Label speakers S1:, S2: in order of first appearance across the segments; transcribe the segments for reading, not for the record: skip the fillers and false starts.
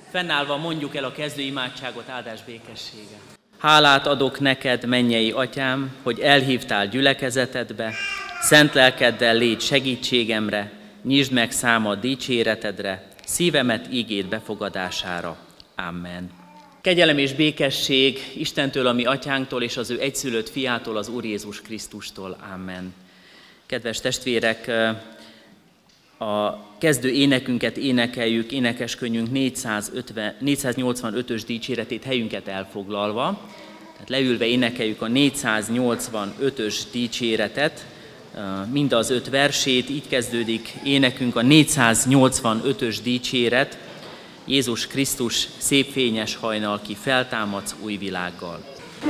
S1: Fennállva mondjuk el a kezdő imádságot, áldás békessége. Hálát adok neked, mennyei atyám, hogy elhívtál gyülekezetedbe, szent lelkeddel légy segítségemre, nyisd meg számad dicséretedre, szívemet ígéd befogadására. Amen. Kegyelem és békesség Istentől, a mi atyánktól, és az ő egyszülött fiától, az Úr Jézus Krisztustól. Amen. Kedves testvérek, a kezdő énekünket énekeljük, énekeskönyvünk 485-ös dicséretét helyünket elfoglalva. Tehát leülve énekeljük a 485-ös dicséretet, mind az 5 versét, így kezdődik énekünk a 485-ös dicséret. Jézus Krisztus, szép fényes hajnal, ki feltámadsz új világgal.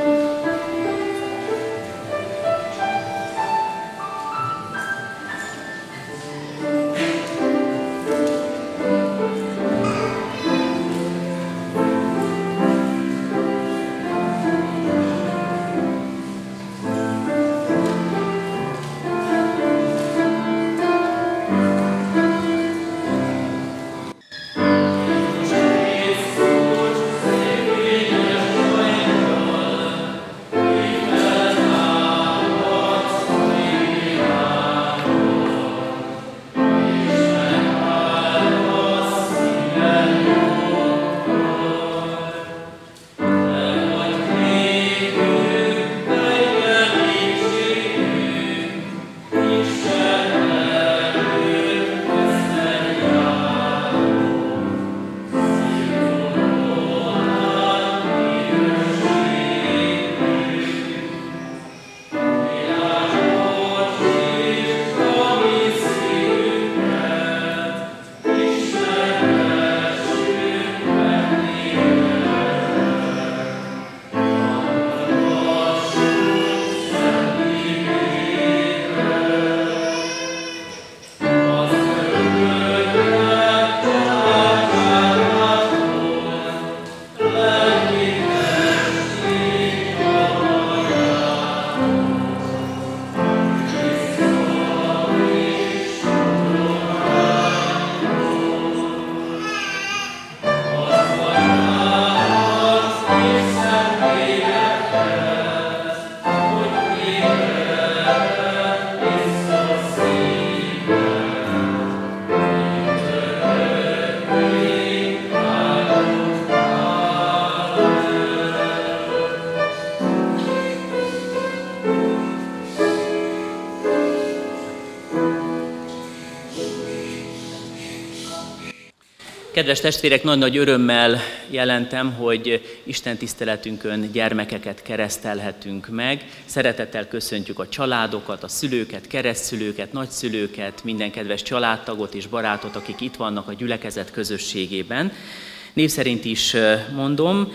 S1: Kedves testvérek, nagy-nagy örömmel jelentem, hogy Isten tiszteletünkön gyermekeket keresztelhetünk meg. Szeretettel köszöntjük a családokat, a szülőket, keresztszülőket, nagyszülőket, minden kedves családtagot és barátot, akik itt vannak a gyülekezet közösségében. Név szerint is mondom,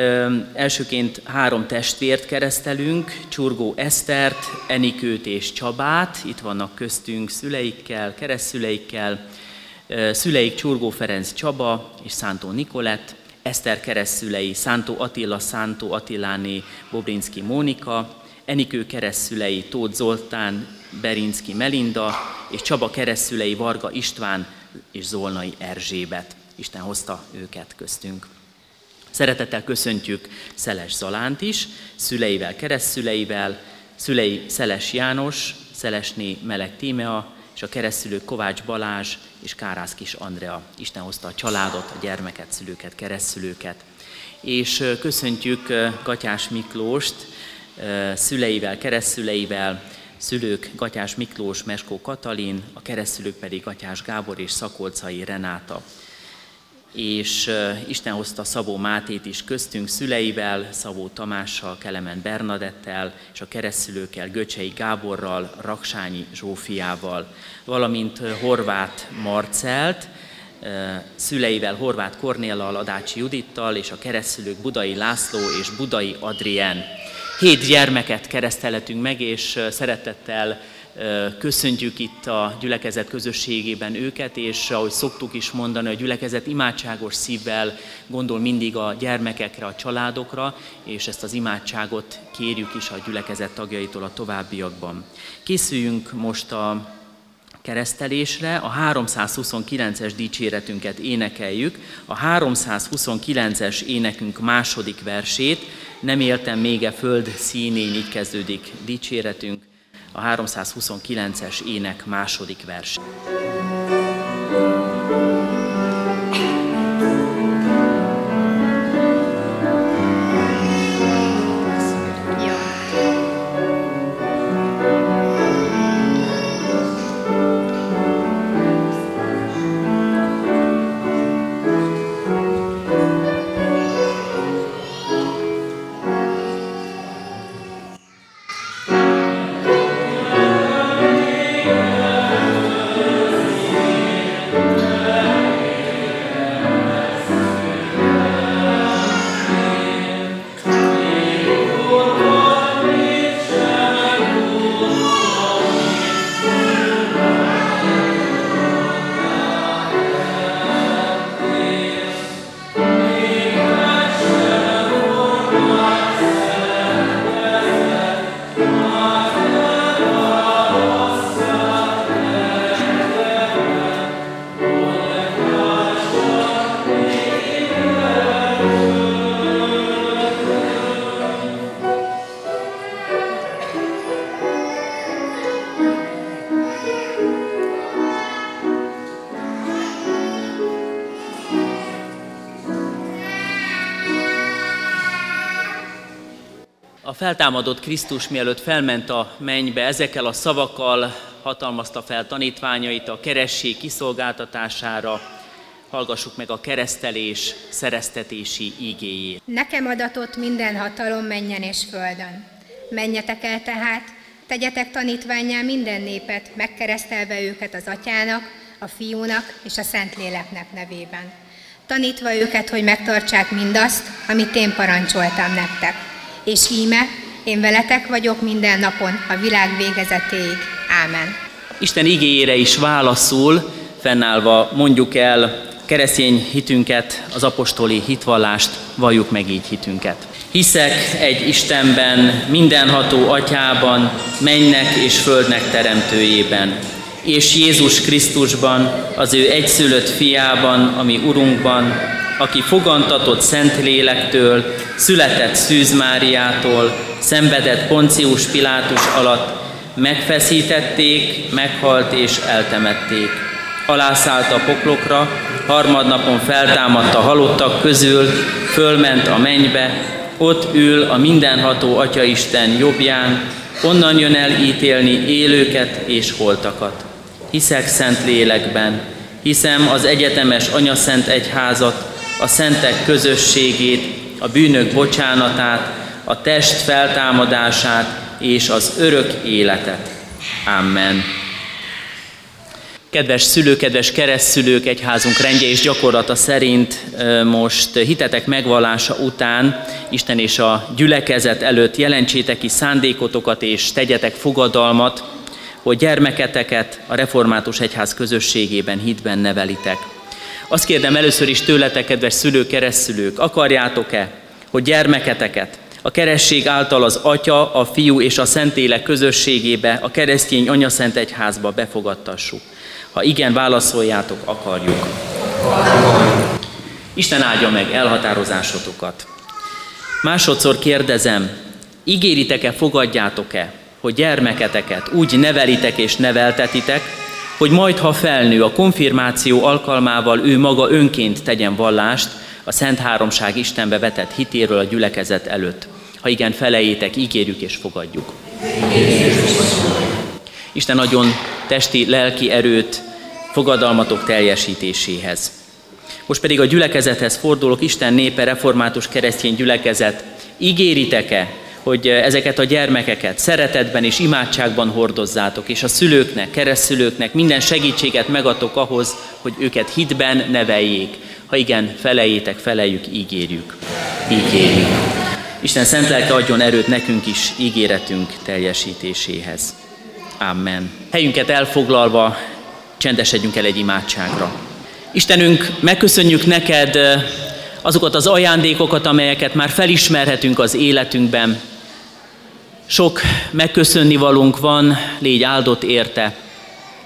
S1: elsőként 3 testvért keresztelünk, Csurgó Esztert, Enikőt és Csabát, itt vannak köztünk szüleikkel, keresztszüleikkel, szüleik Csurgó Ferenc Csaba és Szántó Nikolett, Eszter keresztszülei Szántó Attila, Szántó Attiláné, Bobrinszki Mónika, Enikő keresztszülei Tóth Zoltán, Berinszki Melinda, és Csaba keresztszülei Varga István és Zolnai Erzsébet. Isten hozta őket köztünk. Szeretettel köszöntjük Szeles Zalánt is, szüleivel, keresztszüleivel, szülei Szeles János, Szelesné Meleg Tímea, és a keresztszülők Kovács Balázs és Kárász Kis Andrea. Isten hozta a családot, a gyermeket, szülőket, keresztszülőket. És köszöntjük Gatyás Miklóst, szüleivel, keresztszüleivel, szülők Gatyás Miklós, Meskó Katalin, a keresztszülők pedig Gatyás Gábor és Szakolcai Renáta. És Isten hozta Szabó Mátét is köztünk szüleivel, Szabó Tamással, Kelemen Bernadettel, és a keresztszülőkkel Göcsei Gáborral, Raksányi Zsófiával, valamint Horváth Marcelt, szüleivel Horváth Kornéllal, Adácsi Judittal, és a keresztszülők Budai László és Budai Adrien. 7 gyermeket keresztelhetünk meg, és szeretettel köszöntjük itt a gyülekezet közösségében őket, és ahogy szoktuk is mondani, a gyülekezet imádságos szívvel gondol mindig a gyermekekre, a családokra, és ezt az imádságot kérjük is a gyülekezet tagjaitól a továbbiakban. Készüljünk most a keresztelésre, a 329-es dicséretünket énekeljük, a 329-es énekünk második versét, nem éltem még a föld színén, így kezdődik dicséretünk, a 329-es ének második vers. A feltámadott Krisztus, mielőtt felment a mennybe, ezekkel a szavakkal hatalmazta fel tanítványait a keresztség kiszolgáltatására. Hallgassuk meg a keresztelés szereztetési igéjét.
S2: Nekem adatott minden hatalom mennyen és földön. Menjetek el tehát, tegyetek tanítvánnyá minden népet, megkeresztelve őket az Atyának, a Fiúnak és a Szentléleknek nevében. Tanítva őket, hogy megtartsák mindazt, amit én parancsoltam nektek. És íme, én veletek vagyok minden napon, a világ végezetéig. Ámen.
S1: Isten igéjére is válaszul, fennállva mondjuk el keresztény hitünket, az apostoli hitvallást, valljuk meg így hitünket. Hiszek egy Istenben, mindenható Atyában, mennynek és földnek teremtőjében, és Jézus Krisztusban, az ő egyszülött fiában, ami Urunkban, aki fogantatott Szentlélektől, született Szűz Máriától, szenvedett Poncius Pilátus alatt, megfeszítették, meghalt és eltemették. Alászállt a poklokra, harmadnapon feltámadt a halottak közül, fölment a mennybe, ott ül a mindenható Atyaisten jobbján, onnan jön el ítélni élőket és holtakat. Hiszek Szentlélekben, hiszem az egyetemes Anyaszent Egyházat, a szentek közösségét, a bűnök bocsánatát, a test feltámadását és az örök életet. Amen. Kedves szülők, kedves keresztszülők, egyházunk rendje és gyakorlata szerint most hitetek megvallása után Isten és a gyülekezet előtt jelentsétek ki szándékotokat és tegyetek fogadalmat, hogy gyermeketeket a református egyház közösségében hitben nevelitek. Azt kérdem először is tőletek, kedves szülők, keresztszülők, akarjátok-e, hogy gyermeketeket a keresztség által az Atya, a Fiú és a Szentlélek közösségébe, a keresztény Anyaszent Egyházba befogadtassuk? Ha igen, válaszoljátok, akarjuk. Isten áldja meg elhatározásotokat. Másodszor kérdezem, ígéritek-e, fogadjátok-e, hogy gyermeketeket úgy nevelitek és neveltetitek, hogy majd, ha felnő, a konfirmáció alkalmával ő maga önként tegyen vallást a Szent Háromság Istenbe vetett hitéről a gyülekezet előtt. Ha igen, felejétek, ígérjük és fogadjuk. Isten adjon testi, lelki erőt fogadalmatok teljesítéséhez. Most pedig a gyülekezethez fordulok, Isten népe, református keresztény gyülekezet, ígéritek-e, hogy ezeket a gyermekeket szeretetben és imádságban hordozzátok, és a szülőknek, keresztszülőknek minden segítséget megadtok ahhoz, hogy őket hitben neveljék. Ha igen, felejétek, feleljük, ígérjük. Ígérjük. Isten szent lelke adjon erőt nekünk is ígéretünk teljesítéséhez. Amen. Helyünket elfoglalva csendesedjünk el egy imádságra. Istenünk, megköszönjük neked azokat az ajándékokat, amelyeket már felismerhetünk az életünkben. Sok megköszönnivalónk van, légy áldott érte.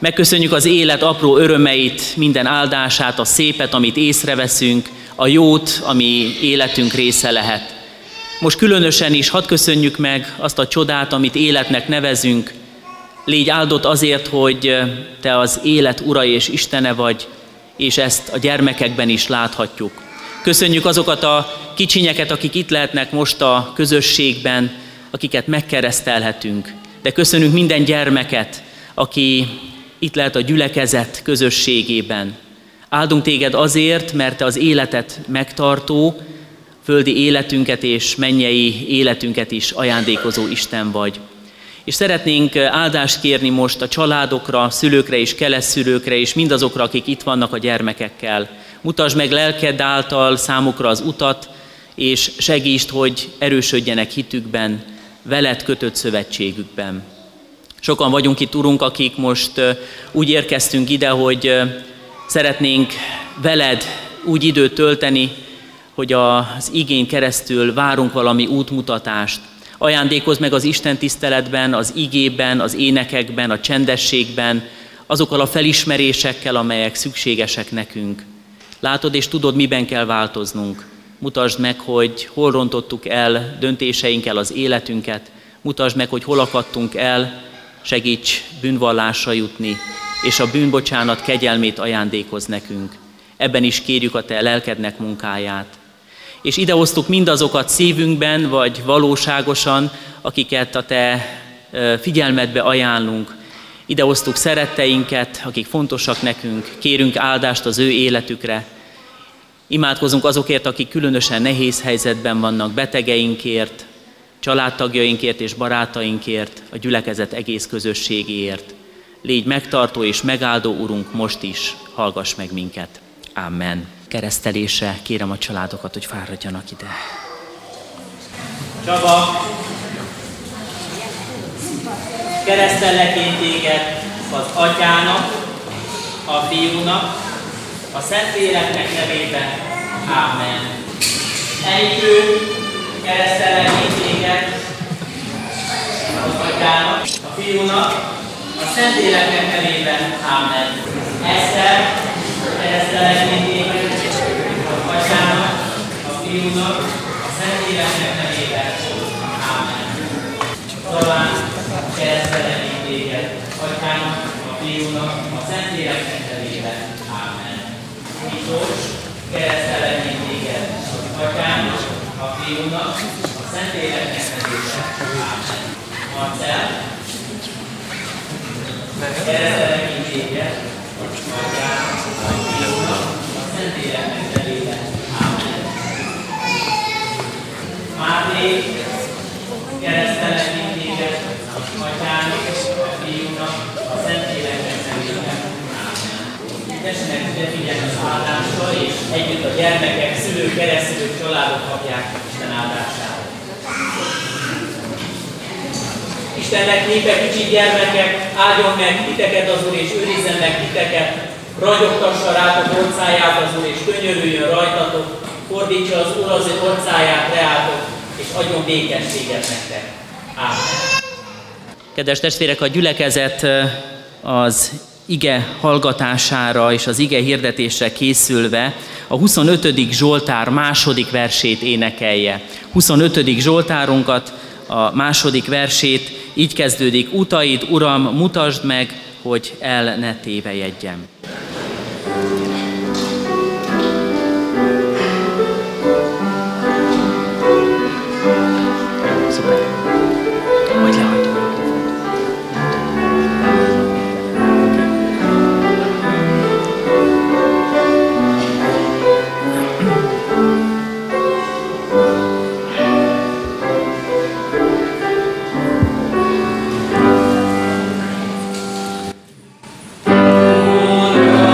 S1: Megköszönjük az élet apró örömeit, minden áldását, a szépet, amit észreveszünk, a jót, ami életünk része lehet. Most különösen is hadd köszönjük meg azt a csodát, amit életnek nevezünk. Légy áldott azért, hogy Te az élet Ura és Istene vagy, és ezt a gyermekekben is láthatjuk. Köszönjük azokat a kicsinyeket, akik itt lehetnek most a közösségben, akiket megkeresztelhetünk. De köszönünk minden gyermeket, aki itt lehet a gyülekezet közösségében. Áldunk Téged azért, mert Te az életet megtartó, földi életünket és mennyei életünket is ajándékozó Isten vagy. És szeretnénk áldást kérni most a családokra, szülőkre és keresztszülőkre, és mindazokra, akik itt vannak a gyermekekkel. Mutasd meg lelked által számukra az utat, és segítsd, hogy erősödjenek hitükben, veled kötött szövetségükben. Sokan vagyunk itt, Urunk, akik most úgy érkeztünk ide, hogy szeretnénk veled úgy időt tölteni, hogy az igén keresztül várunk valami útmutatást. Ajándékozz meg az Isten tiszteletben, az igében, az énekekben, a csendességben, azokkal a felismerésekkel, amelyek szükségesek nekünk. Látod és tudod, miben kell változnunk. Mutasd meg, hogy hol rontottuk el döntéseinkkel az életünket, mutasd meg, hogy hol akadtunk el, segíts bűnvallásra jutni, és a bűnbocsánat kegyelmét ajándékozz nekünk. Ebben is kérjük a Te lelkednek munkáját. És idehoztuk mindazokat szívünkben, vagy valóságosan, akiket a Te figyelmedbe ajánlunk. Idehoztuk szeretteinket, akik fontosak nekünk, kérünk áldást az ő életükre. Imádkozunk azokért, akik különösen nehéz helyzetben vannak, betegeinkért, családtagjainkért és barátainkért, a gyülekezet egész közösségéért. Légy megtartó és megáldó, Urunk, most is, hallgass meg minket. Amen. Keresztelésre kérem a családokat, hogy fáradjanak ide. Csaba, keresztellek én téged az Atyának, a Fiúnak, a Szentléleknek nevében. Amen. Egykő, keresztellek én téged az Atyának, a Fiúnak, a Szentléleknek nevében. Amen. Eszter, keresztellek én téged az Atyának, a Fiúnak, a Szentléleknek nevében. Amen. Talán keresztellek én téged Atyának, a Fiúnak, a Szentléleknek nevében. Amen. Miklós, keresztellek én téged Atyának, a Fiúnak, a Szentléleknek nevében. Amen. Marcell, keresztellek én téged Atyának, a Fiúnak, a Szentléleknek nevében. Amen. Máté, keresztellek én téged Atyának, a Fiúnak, a Szentléleknek nevében. Amen. Tessenek ide figyelni az áldásra, és együtt a gyermekek, szülők, keresztülők, családok kapják Isten áldását. Istennek népe, kicsi gyermekek, áldjon meg titeket az Úr, és őrizzen meg titeket, ragyogtassa rátok orcáját az Úr, és könyörüljön rajtatok, fordítsa az Úr az orcáját reátok, és adjon békességet nektek. Ámen. Kedves testvérek, a gyülekezet az ige hallgatására és az ige hirdetésre készülve a 25. Zsoltár második versét énekelje. 25. Zsoltárunkat, a második versét így kezdődik: Utaid, Uram, mutasd meg, hogy el ne tévejedjem.
S3: Oh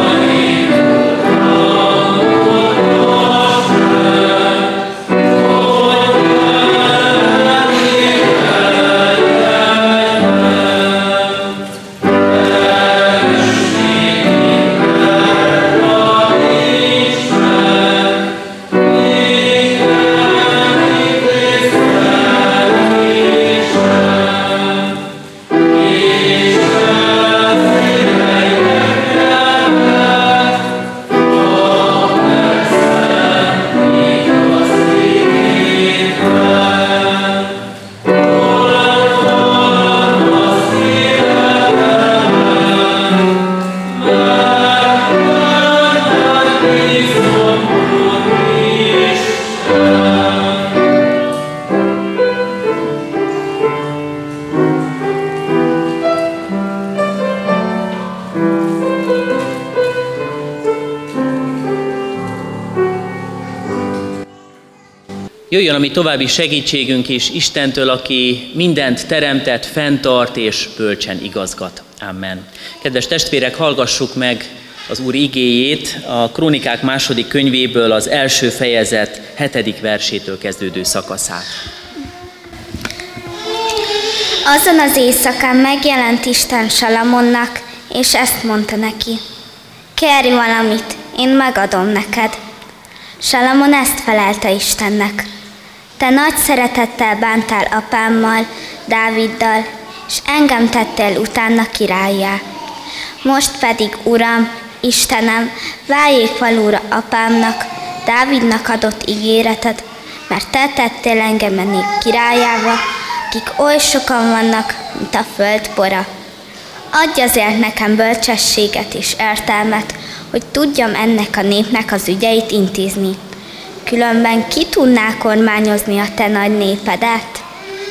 S1: Jöjjön a mi további segítségünk is Istentől, aki mindent teremtett, fenntart és bölcsen igazgat. Amen. Kedves testvérek, hallgassuk meg az Úr igéjét a Krónikák második könyvéből, az első fejezet 7. versétől kezdődő szakaszát.
S3: Azon az éjszakán megjelent Isten Salamonnak, és ezt mondta neki: kérj valamit, én megadom neked. Salamon ezt felelte Istennek: te nagy szeretettel bántál apámmal, Dáviddal, és engem tettél utána királlyá. Most pedig, Uram, Istenem, váljék valóra apámnak, Dávidnak adott ígéreted, mert te tettél engem a nép királyába, akik oly sokan vannak, mint a föld pora. Adj azért nekem bölcsességet és értelmet, hogy tudjam ennek a népnek az ügyeit intézni. Különben ki tudná kormányozni a te nagy népedet?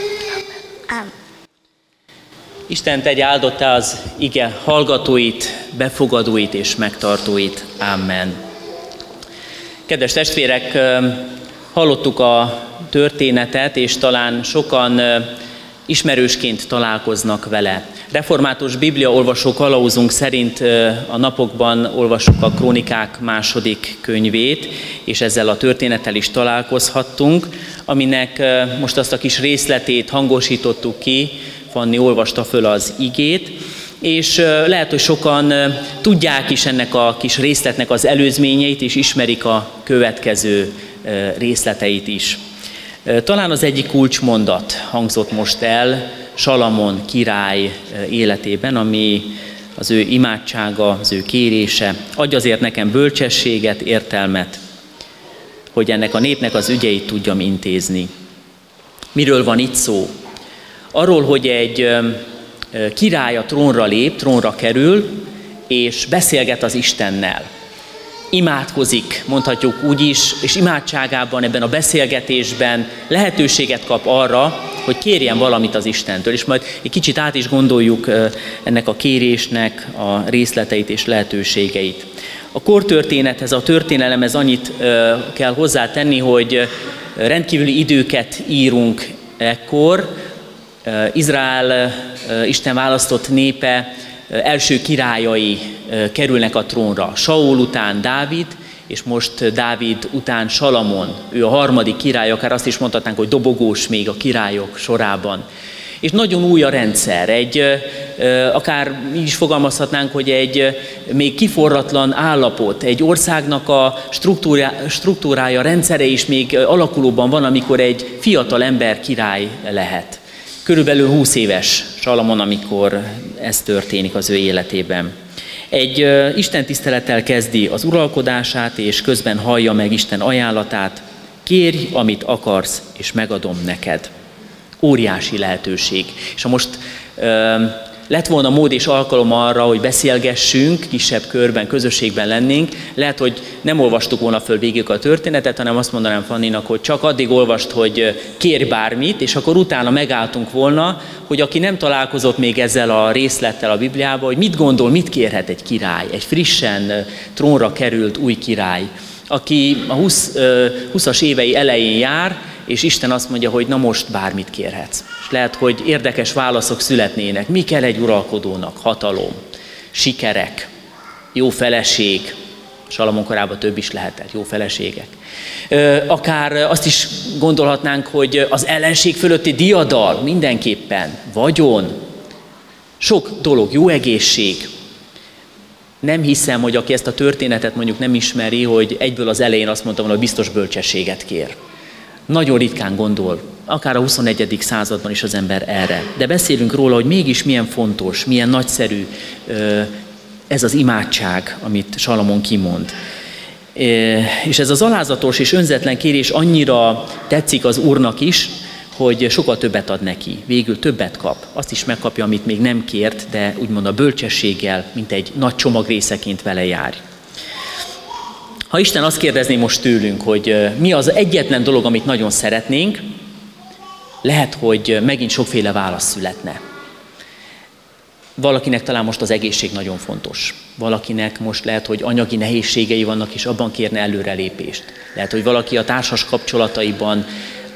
S1: Isten tegye áldottá az ige hallgatóit, befogadóit és megtartóit. Amen. Kedves testvérek, hallottuk a történetet, és talán sokan ismerősként találkoznak vele. Református bibliaolvasó kalauzunk szerint a napokban olvassuk a Krónikák második könyvét, és ezzel a történettel is találkozhattunk, aminek most azt a kis részletét hangosítottuk ki, Fanni olvasta föl az igét, és lehet, hogy sokan tudják is ennek a kis részletnek az előzményeit, és ismerik a következő részleteit is. Talán az egyik kulcsmondat hangzott most el Salamon király életében, ami az ő imádsága, az ő kérése. Adj azért nekem bölcsességet, értelmet, hogy ennek a népnek az ügyeit tudjam intézni. Miről van itt szó? Arról, hogy egy király a trónra lép, trónra kerül, és beszélget az Istennel. Imádkozik, mondhatjuk úgy is, és imádságában, ebben a beszélgetésben lehetőséget kap arra, hogy kérjen valamit az Istentől. És majd egy kicsit át is gondoljuk ennek a kérésnek a részleteit és lehetőségeit. A kortörténethez, a történelemhez annyit kell hozzátenni, hogy rendkívüli időket írunk ekkor. Izrael Isten választott népe első királyai kerülnek a trónra. Saul után Dávid, és most Dávid után Salamon. Ő a harmadik király, akár azt is mondhatnánk, hogy dobogós még a királyok sorában. És nagyon új a rendszer, akár így is fogalmazhatnánk, hogy egy még kiforratlan állapot, egy országnak a struktúrája, rendszere is még alakulóban van, amikor egy fiatal ember király lehet. Körülbelül 20 éves Salamon, amikor ez történik az ő életében. Egy istentisztelettel kezdi az uralkodását, és közben hallja meg Isten ajánlatát: kérj, amit akarsz, és megadom neked. Óriási lehetőség. És ha most lett volna mód és alkalom arra, hogy beszélgessünk, kisebb körben, közösségben lennénk, lehet, hogy nem olvastuk volna föl végig a történetet, hanem azt mondanám Fanninak, hogy csak addig olvast, hogy kérj bármit, és akkor utána megálltunk volna, hogy aki nem találkozott még ezzel a részlettel a Bibliában, hogy mit gondol, mit kérhet egy király, egy frissen trónra került új király, aki a 20-as évei elején jár, és Isten azt mondja, hogy na most bármit kérhetsz. És lehet, hogy érdekes válaszok születnének. Mi kell egy uralkodónak? Hatalom, sikerek, jó feleség. Salamon korában több is lehetett, jó feleségek. Akár azt is gondolhatnánk, hogy az ellenség fölötti diadal mindenképpen, vagyon, sok dolog, jó egészség. Nem hiszem, hogy aki ezt a történetet mondjuk nem ismeri, hogy egyből az elején azt mondtam, hogy biztos bölcsességet kér. Nagyon ritkán gondol, akár a 21. században is az ember erre. De beszélünk róla, hogy mégis milyen fontos, milyen nagyszerű ez az imádság, amit Salamon kimond. És ez az alázatos és önzetlen kérés annyira tetszik az Úrnak is, hogy sokkal többet ad neki. Végül többet kap. Azt is megkapja, amit még nem kért, de úgymond a bölcsességgel, mint egy nagy csomag részeként vele jár. Ha Isten azt kérdezné most tőlünk, hogy mi az egyetlen dolog, amit nagyon szeretnénk, lehet, hogy megint sokféle válasz születne. Valakinek talán most az egészség nagyon fontos. Valakinek most lehet, hogy anyagi nehézségei vannak, és abban kérne előrelépést. Lehet, hogy valaki a társas kapcsolataiban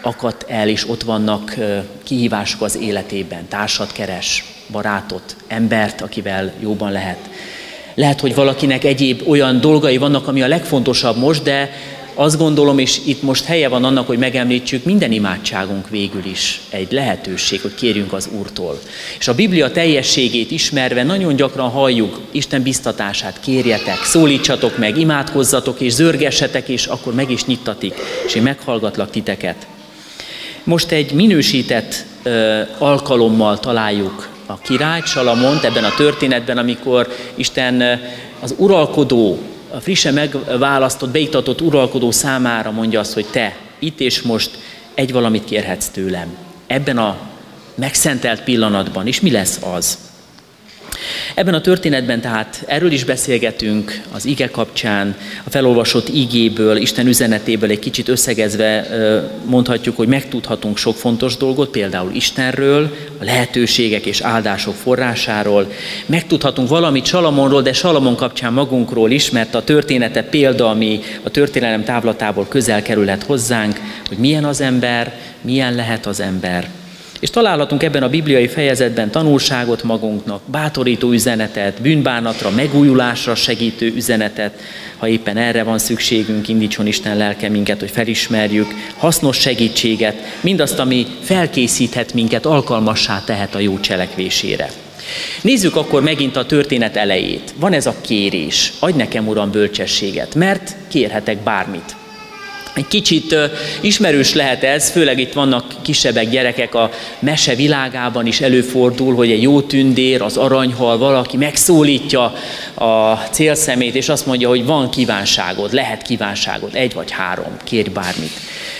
S1: akadt el, és ott vannak kihívások az életében. Társat keres, barátot, embert, akivel jóban lehet. Lehet, hogy valakinek egyéb olyan dolgai vannak, ami a legfontosabb most, de azt gondolom, és itt most helye van annak, hogy megemlítsük, minden imádságunk végül is egy lehetőség, hogy kérjünk az Úrtól. És a Biblia teljességét ismerve nagyon gyakran halljuk Isten biztatását: kérjetek, szólítsatok meg, imádkozzatok és zörgessetek, és akkor meg is nyittatik, és én meghallgatlak titeket. Most egy minősített alkalommal találjuk a királyt, Salamont ebben a történetben, amikor Isten az uralkodó, a frissen megválasztott, beiktatott uralkodó számára mondja azt, hogy te itt és most egy valamit kérhetsz tőlem. Ebben a megszentelt pillanatban. És mi lesz az? Ebben a történetben tehát erről is beszélgetünk az ige kapcsán, a felolvasott igéből, Isten üzenetéből egy kicsit összegezve mondhatjuk, hogy megtudhatunk sok fontos dolgot, például Istenről, a lehetőségek és áldások forrásáról. Megtudhatunk valamit Salamonról, de Salamon kapcsán magunkról is, mert a története példa, ami a történelem távlatából közel kerülhet hozzánk, hogy milyen az ember, milyen lehet az ember. És találhatunk ebben a bibliai fejezetben tanulságot magunknak, bátorító üzenetet, bűnbánatra, megújulásra segítő üzenetet, ha éppen erre van szükségünk, indítson Isten lelke minket, hogy felismerjük, hasznos segítséget, mindazt, ami felkészíthet minket, alkalmassá tehet a jó cselekvésére. Nézzük akkor megint a történet elejét. Van ez a kérés: adj nekem, Uram, bölcsességet, mert kérhetek bármit. Egy kicsit ismerős lehet ez, főleg itt vannak kisebbek, gyerekek, a mese világában is előfordul, hogy egy jó tündér, az aranyhal, valaki megszólítja a célszemét, és azt mondja, hogy van kívánságod, lehet kívánságod, 1 vagy 3, kérj bármit.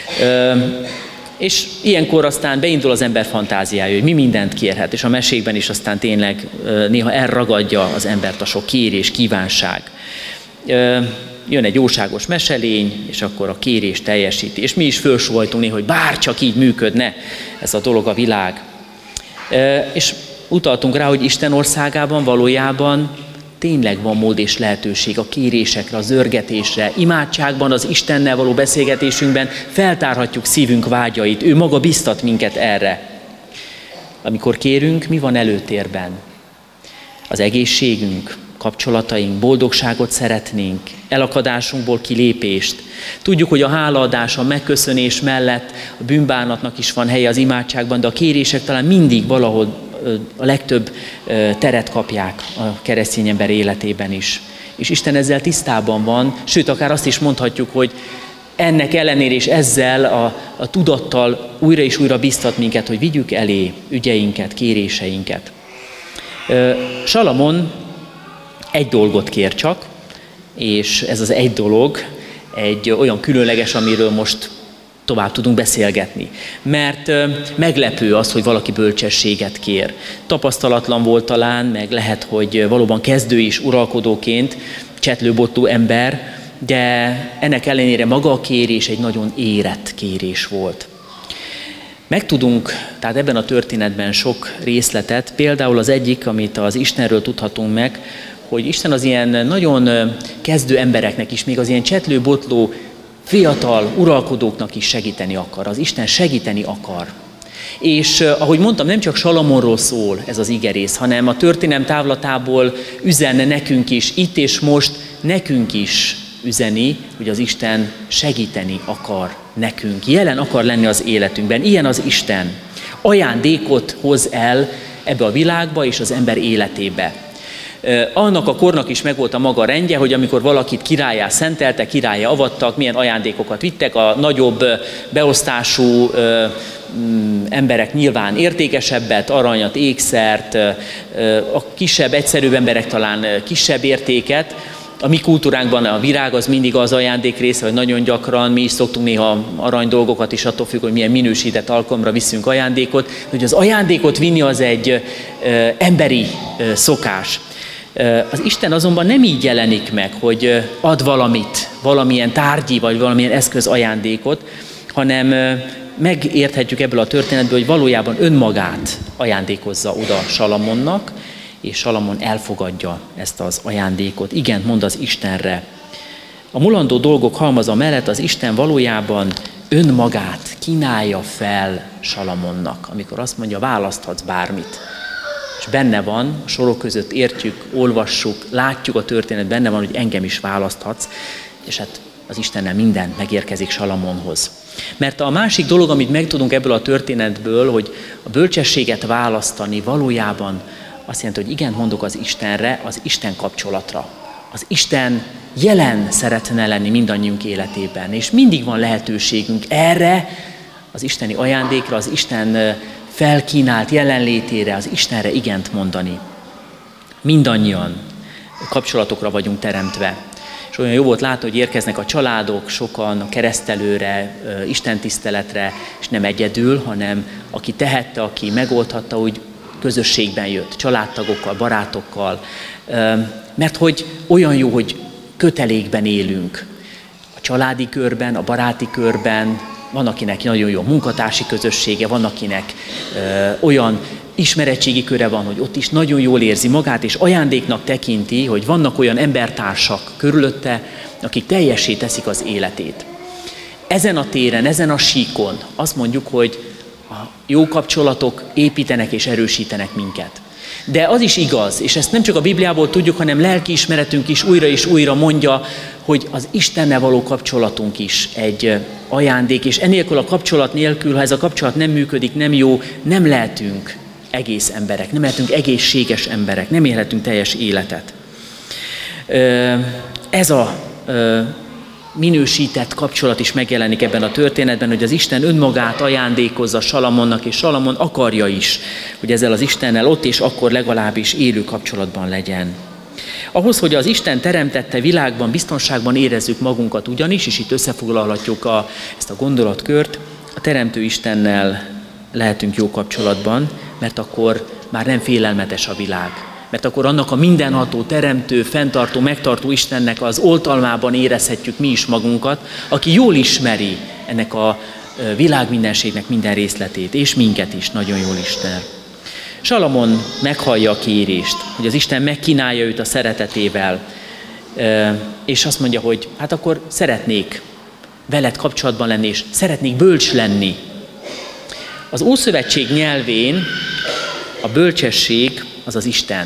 S1: És ilyenkor aztán beindul az ember fantáziája, hogy mi mindent kérhet, és a mesékben is aztán tényleg néha elragadja az embert a sok kérés, kívánság. Jön egy jóságos meselény, és akkor a kérés teljesíti. És mi is fölsóhajtunk néha, hogy bár csak így működne ez a dolog, a világ. És utaltunk rá, hogy Isten országában valójában tényleg van mód és lehetőség a kérésekre, a zörgetésre. Imádságban, az Istennel való beszélgetésünkben feltárhatjuk szívünk vágyait. Ő maga biztat minket erre. Amikor kérünk, mi van előtérben? Az egészségünk, kapcsolataink, boldogságot szeretnénk, elakadásunkból kilépést. Tudjuk, hogy a hálaadás, a megköszönés mellett a bűnbánatnak is van helye az imádságban, de a kérések talán mindig valahol a legtöbb teret kapják a keresztény ember életében is. És Isten ezzel tisztában van, sőt, akár azt is mondhatjuk, hogy ennek ellenére és ezzel a tudattal újra és újra biztat minket, hogy vigyük elé ügyeinket, kéréseinket. Salamon egy dolgot kér csak, és ez az egy dolog egy olyan különleges, amiről most tovább tudunk beszélgetni. Mert meglepő az, hogy valaki bölcsességet kér. Tapasztalatlan volt talán, meg lehet, hogy valóban kezdő is uralkodóként, csetlőbotló ember, de ennek ellenére maga a kérés egy nagyon érett kérés volt. Megtudunk tehát ebben a történetben sok részletet, például az egyik, amit az Istenről tudhatunk meg, hogy Isten az ilyen nagyon kezdő embereknek is, még az ilyen csetlőbotló, fiatal uralkodóknak is segíteni akar. Az Isten segíteni akar. És ahogy mondtam, nem csak Salamonról szól ez az igerész, hanem a történelem távlatából üzen nekünk is, itt és most nekünk is üzeni, hogy az Isten segíteni akar nekünk, jelen akar lenni az életünkben. Ilyen az Isten. Ajándékot hoz el ebbe a világba és az ember életébe. Annak a kornak is megvolt a maga rendje, hogy amikor valakit királlyá szenteltek, királlyá avattak, milyen ajándékokat vittek, a nagyobb beosztású emberek nyilván értékesebbet, aranyat, ékszert, a kisebb, egyszerűbb emberek talán kisebb értéket. A mi kultúránkban a virág az mindig az ajándék része, hogy nagyon gyakran mi is szoktunk néha arany dolgokat is, attól függ, hogy milyen minősített alkalomra viszünk ajándékot. Hogy az ajándékot vinni az egy emberi szokás. Az Isten azonban nem így jelenik meg, hogy ad valamit, valamilyen tárgyi vagy valamilyen eszköz ajándékot, hanem megérthetjük ebből a történetből, hogy valójában önmagát ajándékozza oda Salamonnak, és Salamon elfogadja ezt az ajándékot. Igen, mond az Istenre. A mulandó dolgok halmaza mellett az Isten valójában önmagát kínálja fel Salamonnak, amikor azt mondja, választhatsz bármit. És benne van, a sorok között értjük, olvassuk, látjuk a történet, benne van, hogy engem is választhatsz, és hát az Istennel minden megérkezik Salamonhoz. Mert a másik dolog, amit megtudunk ebből a történetből, hogy a bölcsességet választani valójában azt jelenti, hogy igen, mondok az Istenre, az Isten kapcsolatra. Az Isten jelen szeretne lenni mindannyiunk életében, és mindig van lehetőségünk erre, az isteni ajándékra, az Isten felkínált jelenlétére, az Istenre igent mondani. Mindannyian kapcsolatokra vagyunk teremtve. És olyan jó volt látni, hogy érkeznek a családok, sokan a keresztelőre, istentiszteletre, és nem egyedül, hanem aki tehette, aki megoldhatta, úgy közösségben jött, családtagokkal, barátokkal, mert hogy olyan jó, hogy kötelékben élünk. A családi körben, a baráti körben, van akinek nagyon jó munkatársi közössége, van akinek olyan ismeretségi köre van, hogy ott is nagyon jól érzi magát, és ajándéknak tekinti, hogy vannak olyan embertársak körülötte, akik teljessé teszik az életét. Ezen a téren, ezen a síkon azt mondjuk, hogy a jó kapcsolatok építenek és erősítenek minket. De az is igaz, és ezt nem csak a Bibliából tudjuk, hanem lelkiismeretünk is újra és újra mondja, hogy az Istennel való kapcsolatunk is egy ajándék, és enélkül a kapcsolat nélkül, ha ez a kapcsolat nem működik, nem jó, nem lehetünk egész emberek, nem lehetünk egészséges emberek, nem élhetünk teljes életet. Ez a minősített kapcsolat is megjelenik ebben a történetben, hogy az Isten önmagát ajándékozza Salamonnak, és Salamon akarja is, hogy ezzel az Istennel ott és akkor legalábbis élő kapcsolatban legyen. Ahhoz, hogy az Isten teremtette világban biztonságban érezzük magunkat ugyanis, és itt összefoglalhatjuk ezt a gondolatkört, a Teremtő Istennel lehetünk jó kapcsolatban, mert akkor már nem félelmetes a világ. Mert akkor annak a mindenható, teremtő, fenntartó, megtartó Istennek az oltalmában érezhetjük mi is magunkat, aki jól ismeri ennek a világ mindenségnek minden részletét, és minket is nagyon jól ismer. Salamon meghallja a kérést, hogy az Isten megkínálja őt a szeretetével, és azt mondja, hogy hát akkor szeretnék veled kapcsolatban lenni, és szeretnék bölcs lenni. Az Ószövetség nyelvén a bölcsesség az az Isten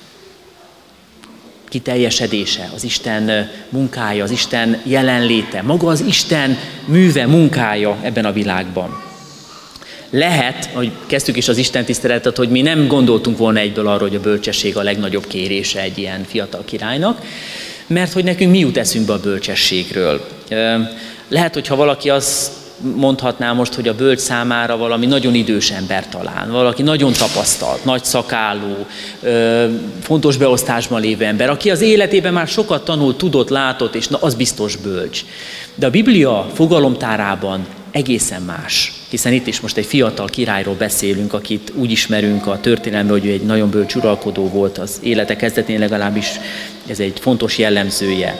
S1: kiteljesedése, az Isten munkája, az Isten jelenléte, maga az Isten műve, munkája ebben a világban. Lehet, hogy kezdtük is az Isten tiszteletet, hogy mi nem gondoltunk volna egyből arról, hogy a bölcsesség a legnagyobb kérése egy ilyen fiatal királynak, mert hogy nekünk mi jut eszünkbe a bölcsességről. Lehet, hogyha valaki azt mondhatná most, hogy a bölcs számára valami nagyon idős ember talán, valaki nagyon tapasztalt, nagy szakállú, fontos beosztásban lévő ember, aki az életében már sokat tanult, tudott, látott, és na, az biztos bölcs. De a Biblia fogalomtárában egészen más, hiszen itt is most egy fiatal királyról beszélünk, akit úgy ismerünk a történelemben, hogy ő egy nagyon bölcs uralkodó volt az élete kezdetén, legalábbis ez egy fontos jellemzője.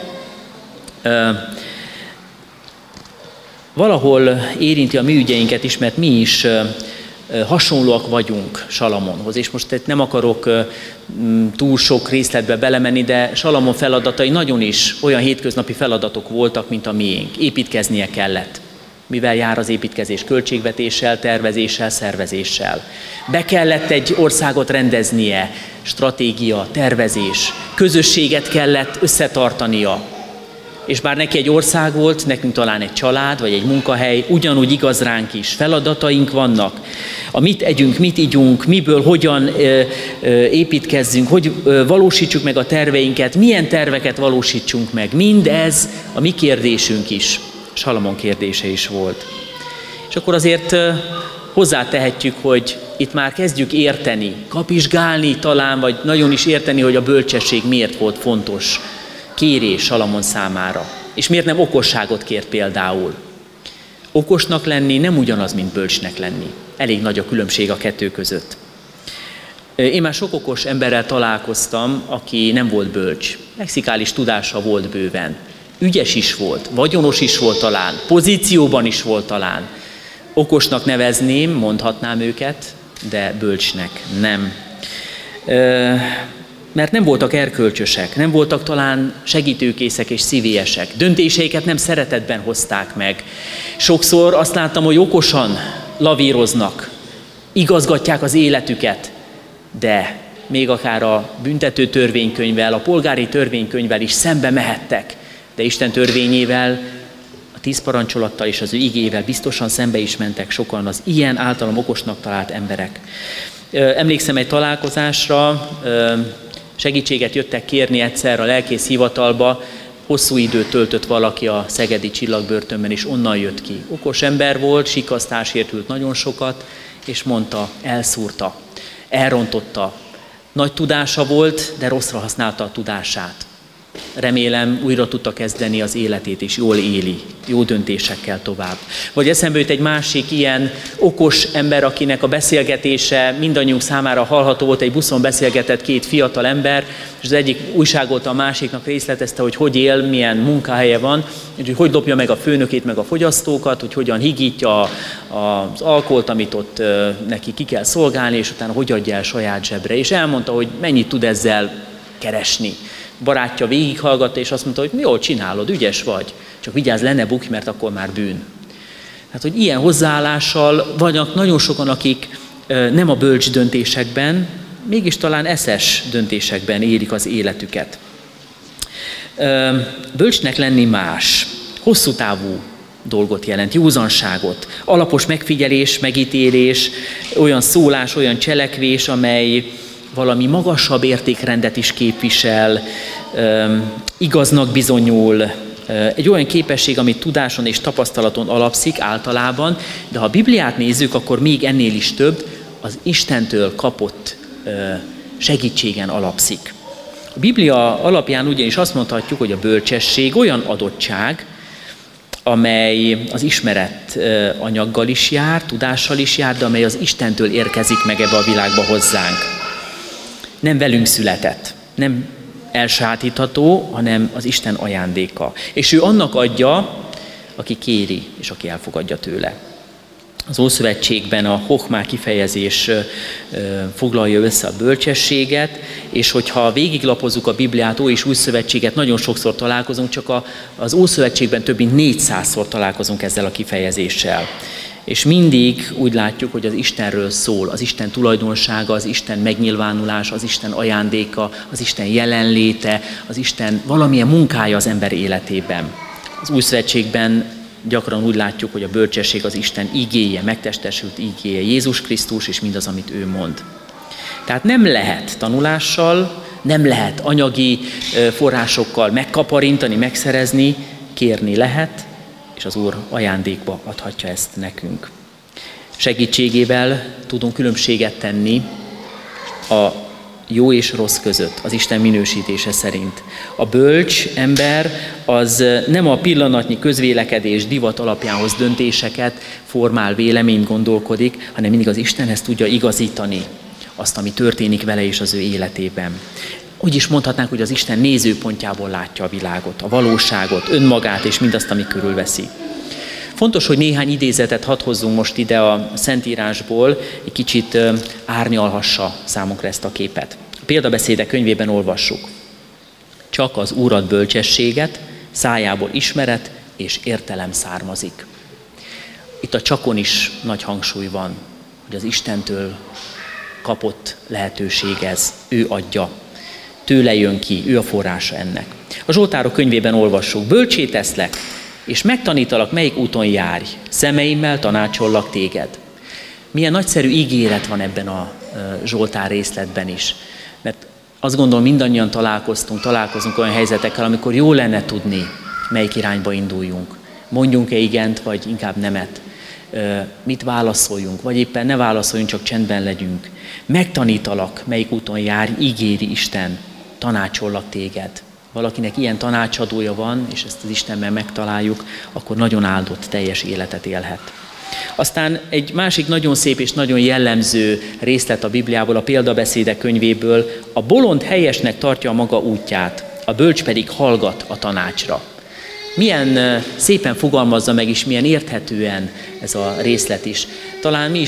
S1: Valahol érinti a mi ügyeinket is, mert mi is hasonlóak vagyunk Salamonhoz. És most itt nem akarok túl sok részletbe belemenni, de Salamon feladatai nagyon is olyan hétköznapi feladatok voltak, mint a miénk. Építkeznie kellett. Mivel jár az építkezés? Költségvetéssel, tervezéssel, szervezéssel. Be kellett egy országot rendeznie, stratégia, tervezés, közösséget kellett összetartania. És bár neki egy ország volt, nekünk talán egy család, vagy egy munkahely, ugyanúgy igaz ránk is. Feladataink vannak. A mit együnk, mit igyunk, miből, hogyan építkezzünk, hogy valósítsuk meg a terveinket, milyen terveket valósítsunk meg. Mindez a mi kérdésünk is. Salamon kérdése is volt. És akkor azért hozzátehetjük, hogy itt már kezdjük érteni, kapizsgálni talán, vagy nagyon is érteni, hogy a bölcsesség miért volt fontos kérés Salamon számára. És miért nem okosságot kért például? Okosnak lenni nem ugyanaz, mint bölcsnek lenni. Elég nagy a különbség a kettő között. Én már sok okos emberrel találkoztam, aki nem volt bölcs. lexikális tudása volt bőven. Ügyes is volt, vagyonos is volt talán, pozícióban is volt talán. Okosnak nevezném, mondhatnám őket, de bölcsnek nem. mert nem voltak erkölcsösek, nem voltak talán segítőkészek és szívélyesek. Döntéseiket nem szeretetben hozták meg. Sokszor azt láttam, hogy okosan lavíroznak, igazgatják az életüket, de még akár a büntető törvénykönyvvel, a polgári törvénykönyvvel is szembe mehettek, de Isten törvényével, a 10 parancsolattal és az ő igével biztosan szembe is mentek sokan az ilyen általam okosnak talált emberek. Emlékszem egy találkozásra, segítséget jöttek kérni egyszer a lelkész hivatalba, hosszú időt töltött valaki a szegedi Csillagbörtönben, és onnan jött ki. Okos ember volt, sikasztásért ült nagyon sokat, és mondta, elszúrta, elrontotta. Nagy tudása volt, de rosszra használta a tudását. Remélem újra tudta kezdeni az életét, és jól éli, jó döntésekkel tovább. Vagy eszembe jut egy másik ilyen okos ember, akinek a beszélgetése mindannyiunk számára hallható volt, egy buszon beszélgetett 2 fiatal ember, és az egyik újságolta a másiknak, részletezte, hogy él, milyen munkahelye van, hogy lopja meg a főnökét, meg a fogyasztókat, hogy hogyan higítja az alkoholt, amit ott neki ki kell szolgálni, és utána hogy adja el saját zsebre. És elmondta, hogy mennyit tud ezzel keresni. Barátja végighallgatta, és azt mondta, hogy jól csinálod, ügyes vagy, csak vigyázz, le ne bukj, mert akkor már bűn. Hát, hogy ilyen hozzáállással vannak nagyon sokan, akik nem a bölcs döntésekben, mégis talán eszes döntésekben élik az életüket. Bölcsnek lenni más, hosszú távú dolgot jelent, józanságot, alapos megfigyelés, megítélés, olyan szólás, olyan cselekvés, amely valami magasabb értékrendet is képvisel, igaznak bizonyul, egy olyan képesség, ami tudáson és tapasztalaton alapszik általában, de ha a Bibliát nézzük, akkor még ennél is több, az Istentől kapott segítségen alapszik. A Biblia alapján ugyanis azt mondhatjuk, hogy a bölcsesség olyan adottság, amely az ismeret anyaggal is jár, tudással is jár, de amely az Istentől érkezik meg ebbe a világba hozzánk. Nem velünk született, nem elsajátítható, hanem az Isten ajándéka. És ő annak adja, aki kéri, és aki elfogadja tőle. Az Ószövetségben a hochmá kifejezés foglalja össze a bölcsességet, és hogyha végiglapozzuk a Bibliát, Ó és Új Szövetséget, nagyon sokszor találkozunk, csak az Ószövetségben több mint 400-szor találkozunk ezzel a kifejezéssel. És mindig úgy látjuk, hogy az Istenről szól, az Isten tulajdonsága, az Isten megnyilvánulása, az Isten ajándéka, az Isten jelenléte, az Isten valamilyen munkája az ember életében. Az Új Szövetségben gyakran úgy látjuk, hogy a bölcsesség az Isten igéje, megtestesült igéje, Jézus Krisztus és mindaz, amit ő mond. Tehát nem lehet tanulással, nem lehet anyagi forrásokkal megkaparintani, megszerezni, kérni lehet, és az Úr ajándékba adhatja ezt nekünk. Segítségével tudunk különbséget tenni a jó és rossz között, az Isten minősítése szerint. A bölcs ember az nem a pillanatnyi közvélekedés divat alapján hoz döntéseket, formál véleményt, gondolkodik, hanem mindig az Istenhez tudja igazítani azt, ami történik vele és az ő életében. Úgy is mondhatnánk, hogy az Isten nézőpontjából látja a világot, a valóságot, önmagát és mindazt, ami körülveszi. Fontos, hogy néhány idézetet hadd hozzunk most ide a Szentírásból, egy kicsit árnyalhassa számunkra ezt a képet. A Példabeszédek könyvében olvassuk. Csak az Úr ad bölcsességet, szájából ismeret és értelem származik. Itt a csakon is nagy hangsúly van, hogy az Istentől kapott lehetőség ez, ő adja. Tőle jön ki, ő a forrása ennek. A Zsoltárok könyvében olvassuk, bölcsé teszlek, és megtanítalak, melyik úton járj, szemeimmel tanácsollak téged. Milyen nagyszerű ígéret van ebben a Zsoltár részletben is. Mert azt gondolom, mindannyian találkozunk olyan helyzetekkel, amikor jó lenne tudni, melyik irányba induljunk. Mondjunk-e igent, vagy inkább nemet. Mit válaszoljunk, vagy éppen ne válaszoljunk, csak csendben legyünk. Megtanítalak, melyik úton járj, ígéri Isten, tanácsollak téged. Valakinek ilyen tanácsadója van, és ezt az Istenben megtaláljuk, akkor nagyon áldott, teljes életet élhet. Aztán egy másik nagyon szép és nagyon jellemző részlet a Bibliából, a Példabeszédek könyvéből, a bolond helyesnek tartja a maga útját, a bölcs pedig hallgat a tanácsra. Milyen szépen fogalmazza meg, és milyen érthetően ez a részlet is. Talán mi is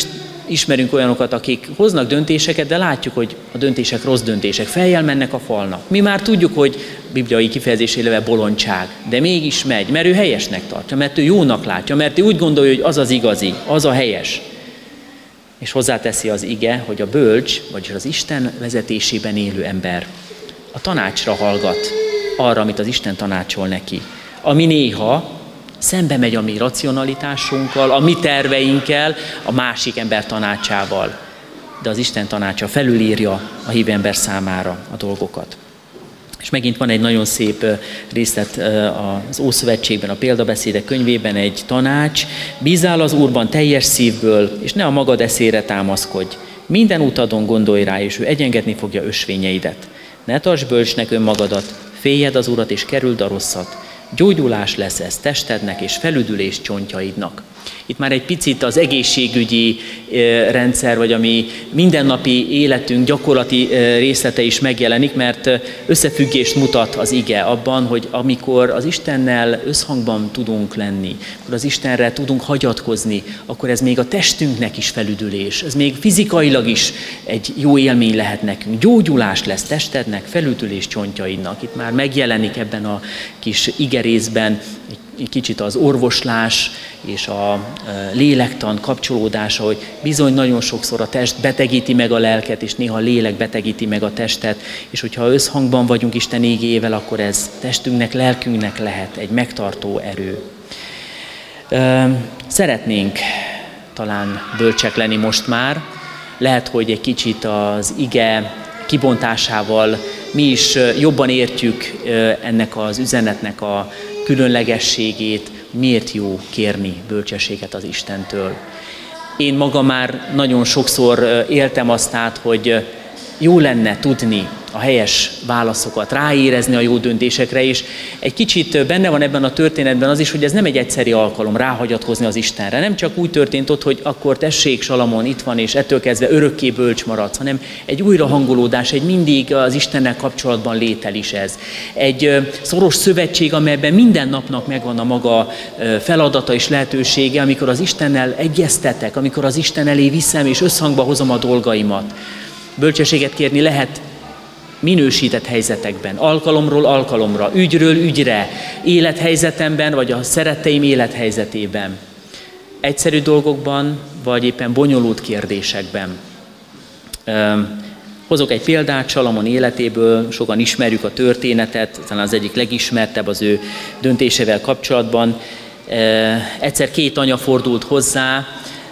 S1: ismerünk olyanokat, akik hoznak döntéseket, de látjuk, hogy a döntések rossz döntések, fejjel mennek a falnak. Mi már tudjuk, hogy bibliai kifejezésével bolondság, de mégis megy, mert ő helyesnek tartja, mert ő jónak látja, mert ő úgy gondolja, hogy az az igazi, az a helyes. És hozzáteszi az ige, hogy a bölcs, vagyis az Isten vezetésében élő ember a tanácsra hallgat, arra, amit az Isten tanácsol neki, ami néha szembe megy a mi racionalitásunkkal, a mi terveinkkel, a másik ember tanácsával. De az Isten tanácsa felülírja a hívő ember számára a dolgokat. És megint van egy nagyon szép részlet az Ószövetségben, a példabeszédek könyvében egy tanács. Bízzál az Úrban teljes szívből, és ne a magad eszére támaszkodj. Minden utadon gondolj rá, és ő egyengetni fogja ösvényeidet. Ne tartsd bölcsnek önmagadat, féljed az Urat, és kerüld a rosszat. Gyógyulás lesz ez testednek, és felüdülés csontjaidnak. Itt már egy picit az egészségügyi rendszer, vagy ami mindennapi életünk gyakorlati részlete is megjelenik, mert összefüggést mutat az ige abban, hogy amikor az Istennel összhangban tudunk lenni, akkor az Istenre tudunk hagyatkozni, akkor ez még a testünknek is felüdülés, ez még fizikailag is egy jó élmény lehet nekünk. Gyógyulás lesz testednek, felüdülés csontjaidnak. Itt már megjelenik ebben a kis igerészben egy kicsit az orvoslás és a lélektan kapcsolódása, hogy bizony nagyon sokszor a test betegíti meg a lelket, és néha a lélek betegíti meg a testet, és hogyha összhangban vagyunk Isten igéjével, akkor ez testünknek, lelkünknek lehet egy megtartó erő. Szeretnénk talán bölcsek lenni most már, lehet, hogy egy kicsit az ige kibontásával mi is jobban értjük ennek az üzenetnek a különlegességét, miért jó kérni bölcsességet az Istentől. Én magam már nagyon sokszor éltem azt át, hogy jó lenne tudni a helyes válaszokat, ráérezni a jó döntésekre, és egy kicsit benne van ebben a történetben az is, hogy ez nem egy egyszeri alkalom ráhagyatkozni az Istenre. Nem csak úgy történt ott, hogy akkor tessék, Salamon itt van, és ettől kezdve örökké bölcs maradsz, hanem egy újrahangolódás, egy mindig az Istennel kapcsolatban létel is ez. Egy szoros szövetség, amelyben minden napnak megvan a maga feladata és lehetősége, amikor az Istennel egyeztetek, amikor az Isten elé viszem és összhangba hozom a dolgaimat. Bölcsességet kérni lehet minősített helyzetekben, alkalomról alkalomra, ügyről ügyre, élethelyzetemben, vagy a szeretteim élethelyzetében. Egyszerű dolgokban, vagy éppen bonyolult kérdésekben. Hozok egy példát Salamon életéből, sokan ismerjük a történetet, talán az egyik legismertebb az ő döntésével kapcsolatban. Egyszer két anya fordult hozzá,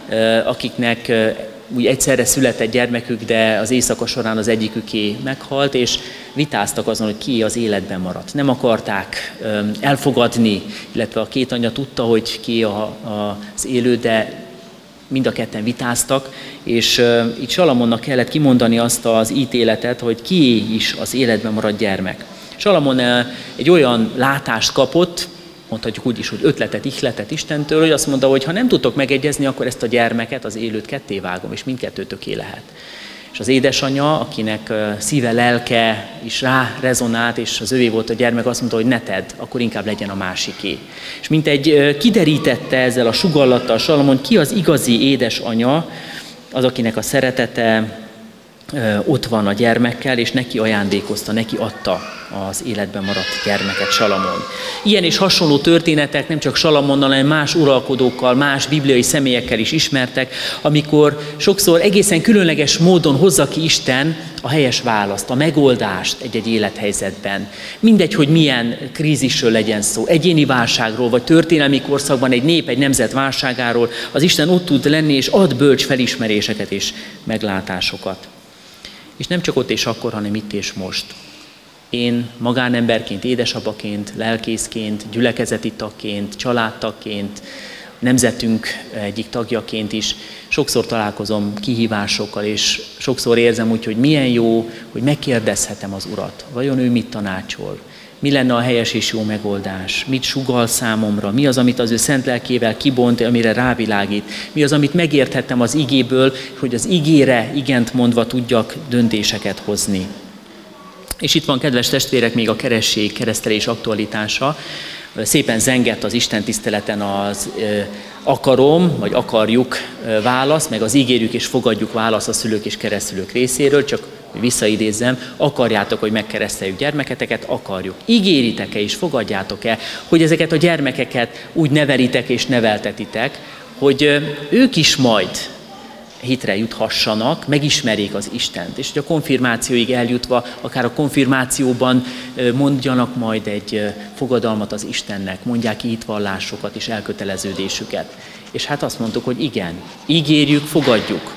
S1: akiknek úgy egyszerre született gyermekük, de az éjszaka során az egyiküké meghalt, és vitáztak azon, hogy ki az életben maradt. Nem akarták elfogadni, illetve a két anya tudta, hogy ki az élő, de mind a ketten vitáztak, és itt Salamonnak kellett kimondani azt az ítéletet, hogy ki is az életben maradt gyermek. Salamon egy olyan látást kapott, mondhatjuk úgy is, hogy ötletet, ihletet Istentől, hogy azt mondta, hogy ha nem tudtok megegyezni, akkor ezt a gyermeket, az élőt kettévágom, és mindkettőtöké lehet. És az édesanyja, akinek szíve, lelke is rá rezonált, és az övé volt a gyermek, azt mondta, hogy ne tedd, akkor inkább legyen a másiké. És mint egy kiderítette ezzel a sugallattal Salamon, ki az igazi édesanya, az, akinek a szeretete ott van a gyermekkel, és neki ajándékozta, neki adta az életben maradt gyermeket Salamon. Ilyen és hasonló történetek nem csak Salamonnal, hanem más uralkodókkal, más bibliai személyekkel is ismertek, amikor sokszor egészen különleges módon hozza ki Isten a helyes választ, a megoldást egy-egy élethelyzetben. Mindegy, hogy milyen krízisről legyen szó, egyéni válságról, vagy történelmi korszakban egy nép, egy nemzet válságáról, az Isten ott tud lenni, és ad bölcs felismeréseket és meglátásokat. És nem csak ott és akkor, hanem itt és most. Én magánemberként, édesapaként, lelkészként, gyülekezeti tagként, családtagként, nemzetünk egyik tagjaként is sokszor találkozom kihívásokkal, és sokszor érzem úgy, hogy milyen jó, hogy megkérdezhetem az Urat. Vajon ő mit tanácsol? Mi lenne a helyes és jó megoldás? Mit sugall számomra? Mi az, amit az ő szent lelkével kibont, amire rávilágít? Mi az, amit megérthettem az igéből, hogy az igére igent mondva tudjak döntéseket hozni? És itt van, kedves testvérek, még a keresztség, keresztelés aktualitása. Szépen zengett az Isten tiszteleten akarom, vagy akarjuk válasz, meg az ígérjük és fogadjuk válasz a szülők és keresztszülők részéről, csak visszaidézzem, akarjátok, hogy megkereszteljük gyermeketeket? Akarjuk. Ígéritek-e és fogadjátok-e, hogy ezeket a gyermekeket úgy nevelitek és neveltetitek, hogy ők is majd hitre juthassanak, megismerjék az Istent. És hogy a konfirmációig eljutva, akár a konfirmációban mondjanak majd egy fogadalmat az Istennek, mondják ki hitvallásokat és elköteleződésüket. És hát azt mondtuk, hogy igen, ígérjük, fogadjuk.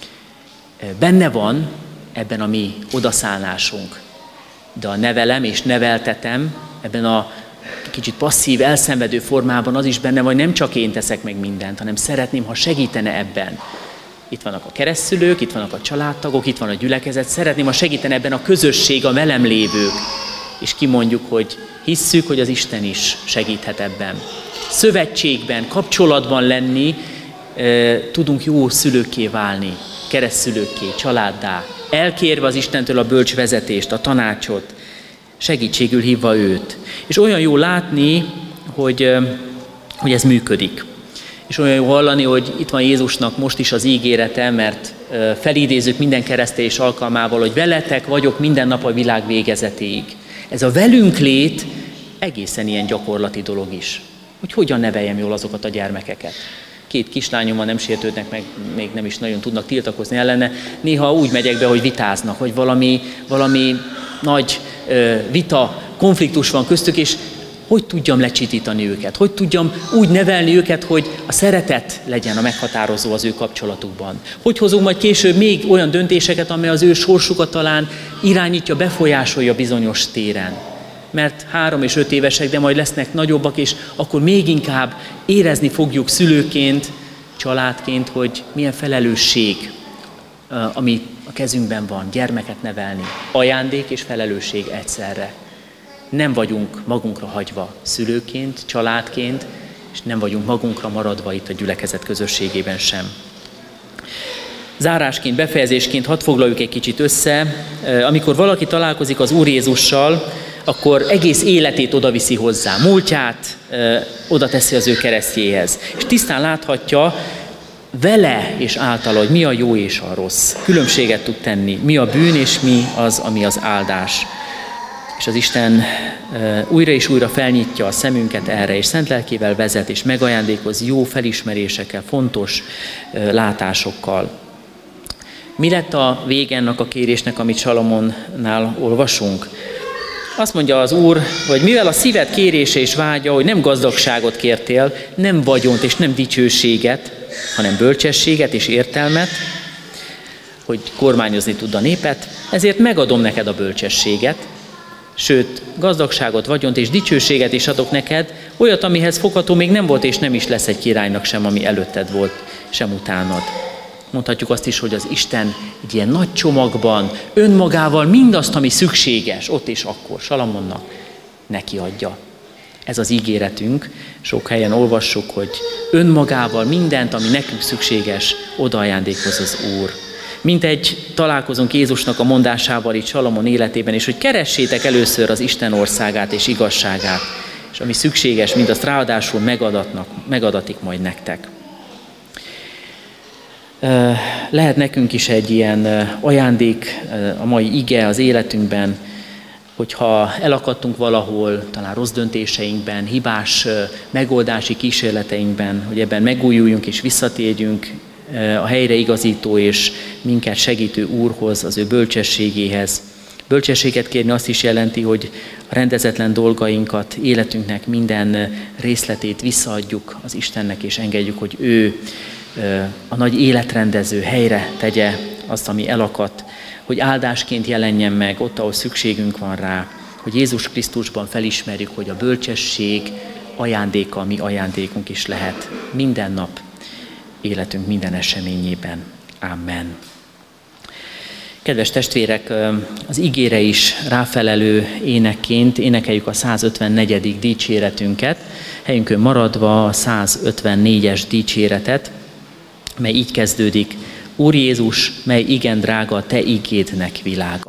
S1: Benne van ebben a mi odaszállásunk. De a nevelem és neveltetem ebben a kicsit passzív, elszenvedő formában az is benne van, hogy nem csak én teszek meg mindent, hanem szeretném, ha segítene ebben. Itt vannak a keresztszülők, itt vannak a családtagok, itt van a gyülekezet. Szeretném, ha segítene ebben a közösség, a velem lévők. És kimondjuk, hogy hisszük, hogy az Isten is segíthet ebben. Szövetségben, kapcsolatban lenni, tudunk jó szülőkké válni, keresztszülőkké, családdá. Elkérve az Istentől a bölcs vezetést, a tanácsot, segítségül hívva őt. És olyan jó látni, hogy ez működik. És olyan jó hallani, hogy itt van Jézusnak most is az ígérete, mert felidézzük minden keresztelés alkalmával, hogy veletek vagyok minden nap a világ végezetéig. Ez a velünk lét egészen ilyen gyakorlati dolog is. Hogy hogyan neveljem jól azokat a gyermekeket. 2 kislányommal nem sértődnek meg, még nem is nagyon tudnak tiltakozni ellene. Néha úgy megyek be, hogy vitáznak, hogy valami nagy vita, konfliktus van köztük, és hogy tudjam lecsitítani őket, hogy tudjam úgy nevelni őket, hogy a szeretet legyen a meghatározó az ő kapcsolatukban. Hogy hozunk majd később még olyan döntéseket, amely az ő sorsukat talán irányítja, befolyásolja bizonyos téren. Mert 3 és 5 évesek, de majd lesznek nagyobbak, és akkor még inkább érezni fogjuk szülőként, családként, hogy milyen felelősség, ami a kezünkben van, gyermeket nevelni. Ajándék és felelősség egyszerre. Nem vagyunk magunkra hagyva szülőként, családként, és nem vagyunk magunkra maradva itt a gyülekezet közösségében sem. Zárásként, befejezésként hadd foglaljuk egy kicsit össze. Amikor valaki találkozik az Úr Jézussal, akkor egész életét odaviszi hozzá, múltját oda teszi az ő keresztjéhez. És tisztán láthatja vele és általa, hogy mi a jó és a rossz. Különbséget tud tenni, mi a bűn és mi az, ami az áldás. És az Isten újra és újra felnyitja a szemünket erre, és szent lelkével vezet, és megajándékoz jó felismerésekkel, fontos látásokkal. Mi lett a vége ennek a kérésnek, amit Salamonnál olvasunk? Azt mondja az Úr, hogy mivel a szíved kérése és vágya, hogy nem gazdagságot kértél, nem vagyont és nem dicsőséget, hanem bölcsességet és értelmet, hogy kormányozni tud a népet, ezért megadom neked a bölcsességet, sőt, gazdagságot, vagyont és dicsőséget is adok neked, olyat, amihez fogható még nem volt és nem is lesz egy királynak sem, ami előtted volt, sem utánad. Mondhatjuk azt is, hogy az Isten egy ilyen nagy csomagban önmagával mindazt, ami szükséges, ott és akkor Salamonnak neki adja. Ez az ígéretünk, sok helyen olvassuk, hogy önmagával mindent, ami nekünk szükséges, odaajándékoz az Úr. Mint egy találkozunk Jézusnak a mondásával itt Salamon életében is, hogy keressétek először az Isten országát és igazságát, és ami szükséges, mindazt ráadásul megadatik majd nektek. Lehet nekünk is egy ilyen ajándék a mai ige az életünkben, hogyha elakadtunk valahol, talán rossz döntéseinkben, hibás megoldási kísérleteinkben, hogy ebben megújuljunk és visszatérjünk a helyreigazító és minket segítő Úrhoz, az ő bölcsességéhez. Bölcsességet kérni azt is jelenti, hogy a rendezetlen dolgainkat, életünknek minden részletét visszaadjuk az Istennek, és engedjük, hogy ő a nagy életrendező helyre tegye azt, ami elakadt, hogy áldásként jelenjen meg ott, ahol szükségünk van rá, hogy Jézus Krisztusban felismerjük, hogy a bölcsesség ajándéka, mi ajándékunk is lehet minden nap életünk minden eseményében. Amen. Kedves testvérek, az ígére is ráfelelő énekként énekeljük a 154. dicséretünket, helyünkön maradva a 154-es dicséretet, mely így kezdődik: Úr Jézus, mely igen drága a te ígédnek világa.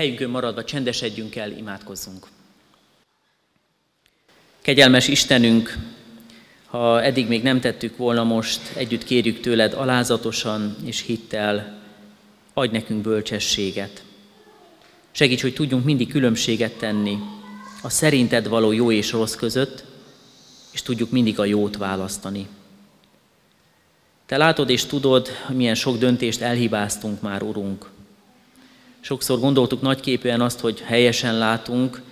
S1: helyünkön maradva csendesedjünk el, imádkozzunk. Kegyelmes Istenünk, ha eddig még nem tettük volna, most együtt kérjük tőled alázatosan és hittel, adj nekünk bölcsességet. Segíts, hogy tudjunk mindig különbséget tenni a szerinted való jó és rossz között, és tudjuk mindig a jót választani. Te látod és tudod, milyen sok döntést elhibáztunk már, Urunk. Sokszor gondoltuk nagyképűen azt, hogy helyesen látunk,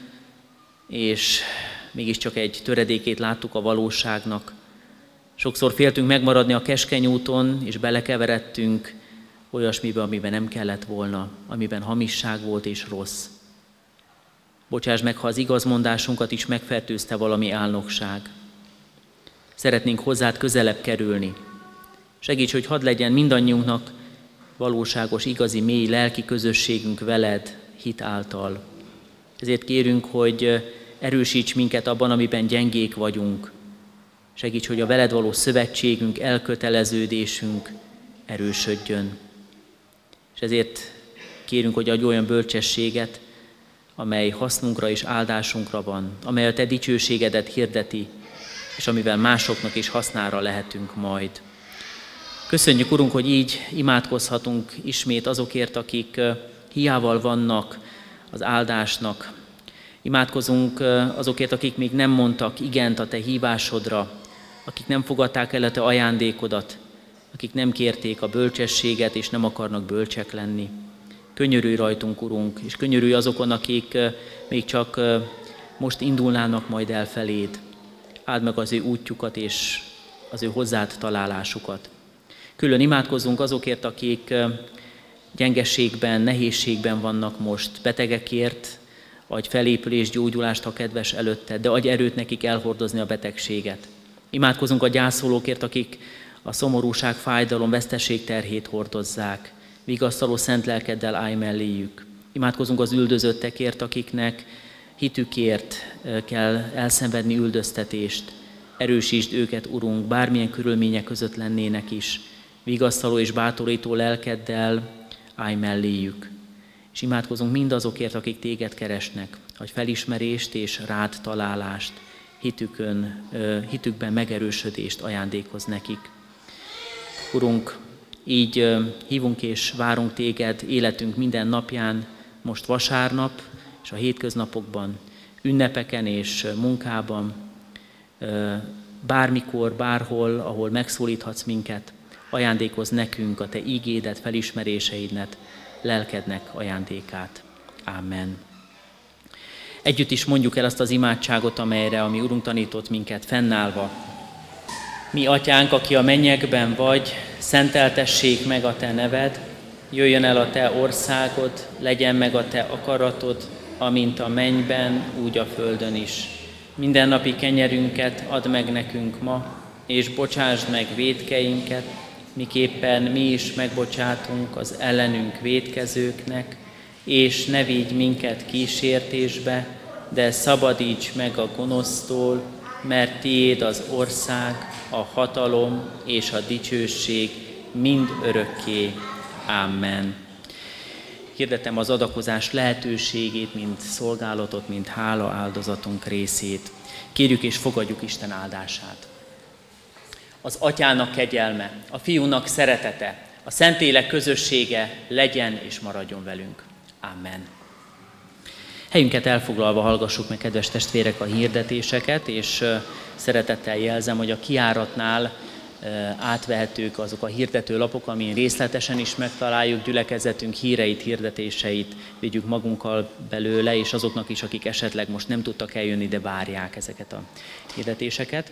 S1: és mégiscsak egy töredékét láttuk a valóságnak. Sokszor féltünk megmaradni a keskeny úton, és belekeveredtünk olyasmibe, amiben nem kellett volna, amiben hamisság volt és rossz. Bocsáss meg, ha az igazmondásunkat is megfertőzte valami álnokság. Szeretnénk hozzád közelebb kerülni. Segíts, hogy hadd legyen mindannyiunknak valóságos, igazi, mély lelki közösségünk veled hit által. Ezért kérünk, hogy erősíts minket abban, amiben gyengék vagyunk. Segíts, hogy a veled való szövetségünk, elköteleződésünk erősödjön. És ezért kérünk, hogy adj olyan bölcsességet, amely hasznunkra és áldásunkra van, amely a te dicsőségedet hirdeti, és amivel másoknak is hasznára lehetünk majd. Köszönjük, Urunk, hogy így imádkozhatunk ismét azokért, akik hiával vannak az áldásnak. Imádkozunk azokért, akik még nem mondtak igent a te hívásodra, akik nem fogadták el a te ajándékodat, akik nem kérték a bölcsességet és nem akarnak bölcsek lenni. Könyörülj rajtunk, Urunk, és könyörülj azokon, akik még csak most indulnának majd el feléd. Áld meg az ő útjukat és az ő hozzád találásukat. Külön imádkozzunk azokért, akik gyengeségben, nehézségben vannak most, betegekért, adj felépülés, gyógyulást, ha kedves előtted, de adj erőt nekik elhordozni a betegséget. Imádkozunk a gyászolókért, akik a szomorúság, fájdalom, veszteség terhét hordozzák. Vigasztaló szent lelkeddel állj melléjük. Imádkozunk az üldözöttekért, akiknek hitükért kell elszenvedni üldöztetést. Erősítsd őket, Urunk, bármilyen körülmények között lennének is. Vigasztaló és bátorító lelkeddel állj melléjük. És imádkozunk mindazokért, akik téged keresnek, hogy felismerést és rád találást, hitükben megerősödést ajándékoz nekik. Urunk, így hívunk és várunk téged életünk minden napján, most vasárnap és a hétköznapokban, ünnepeken és munkában, bármikor, bárhol, ahol megszólíthatsz minket, ajándékozz nekünk a te ígédet, felismeréseidet, lelkednek ajándékát. Amen. Együtt is mondjuk el azt az imádságot, amelyre a mi Urunk tanított minket fennállva. Mi atyánk, aki a mennyekben vagy, szenteltessék meg a te neved, jöjjön el a te országod, legyen meg a te akaratod, amint a mennyben, úgy a földön is. Mindennapi kenyerünket add meg nekünk ma, és bocsásd meg vétkeinket, miképpen mi is megbocsátunk az ellenünk vétkezőknek, és ne vigy minket kísértésbe, de szabadíts meg a gonosztól, mert tiéd az ország, a hatalom és a dicsőség mind örökké. Amen. Hirdetem az adakozás lehetőségét, mint szolgálatot, mint hála áldozatunk részét. Kérjük és fogadjuk Isten áldását. Az Atyának kegyelme, a Fiúnak szeretete, a Szentlélek közössége legyen és maradjon velünk. Amen. Helyünket elfoglalva hallgassuk meg, kedves testvérek, a hirdetéseket, és szeretettel jelzem, hogy a kijáratnál átvehetők azok a hirdetőlapok, amin részletesen is megtaláljuk gyülekezetünk híreit, hirdetéseit, vigyük magunkkal belőle, és azoknak is, akik esetleg most nem tudtak eljönni, de várják ezeket a hirdetéseket.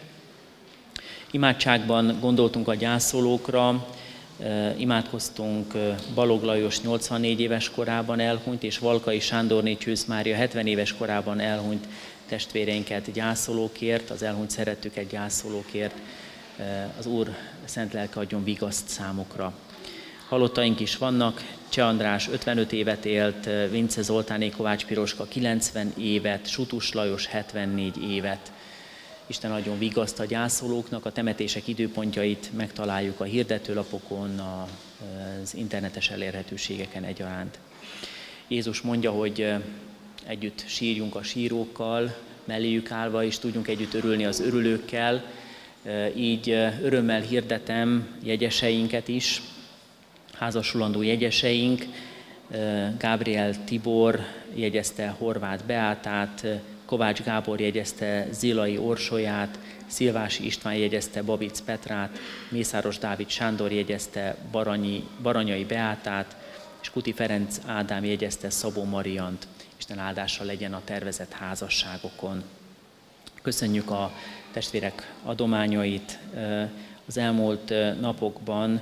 S1: Imádságban gondoltunk a gyászolókra, imádkoztunk Balog Lajos 84 éves korában elhunyt, és Valkai Sándorné Csősz Mária 70 éves korában elhunyt testvéreinket gyászolókért, az elhunyt szeretőket gyászolókért. Az Úr szent lelke adjon vigaszt számukra. Halottaink is vannak, Cseh András 55 évet élt, Vince Zoltáné Kovács Piroska 90 évet, Sutus Lajos 74 évet. Isten adjon vigaszt a gyászolóknak, a temetések időpontjait megtaláljuk a hirdetőlapokon, az internetes elérhetőségeken egyaránt. Jézus mondja, hogy együtt sírjunk a sírókkal, melléjük állva, és tudjunk együtt örülni az örülőkkel. Így örömmel hirdetem jegyeseinket is, házasulandó jegyeseink. Gábriel Tibor jegyezte Horváth Beátát, Kovács Gábor jegyezte Zilai Orsolyát, Szilvási István jegyezte Babic Petrát, Mészáros Dávid Sándor jegyezte Baranyai Beátát, és Kuti Ferenc Ádám jegyezte Szabó Mariant. Isten áldása legyen a tervezett házasságokon. Köszönjük a testvérek adományait. Az elmúlt napokban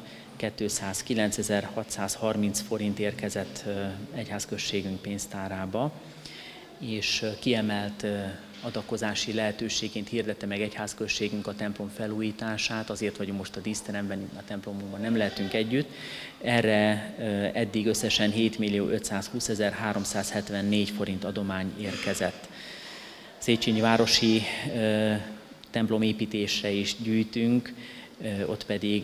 S1: 209.630 forint érkezett egyházközségünk pénztárába, és kiemelt adakozási lehetőségként hirdette meg egyházközségünk a templom felújítását, azért vagyunk most a díszteremben, a templomunkban nem lehetünk együtt. Erre eddig összesen 7.520.374 forint adomány érkezett. Széchenyi városi templom építésre is gyűjtünk, ott pedig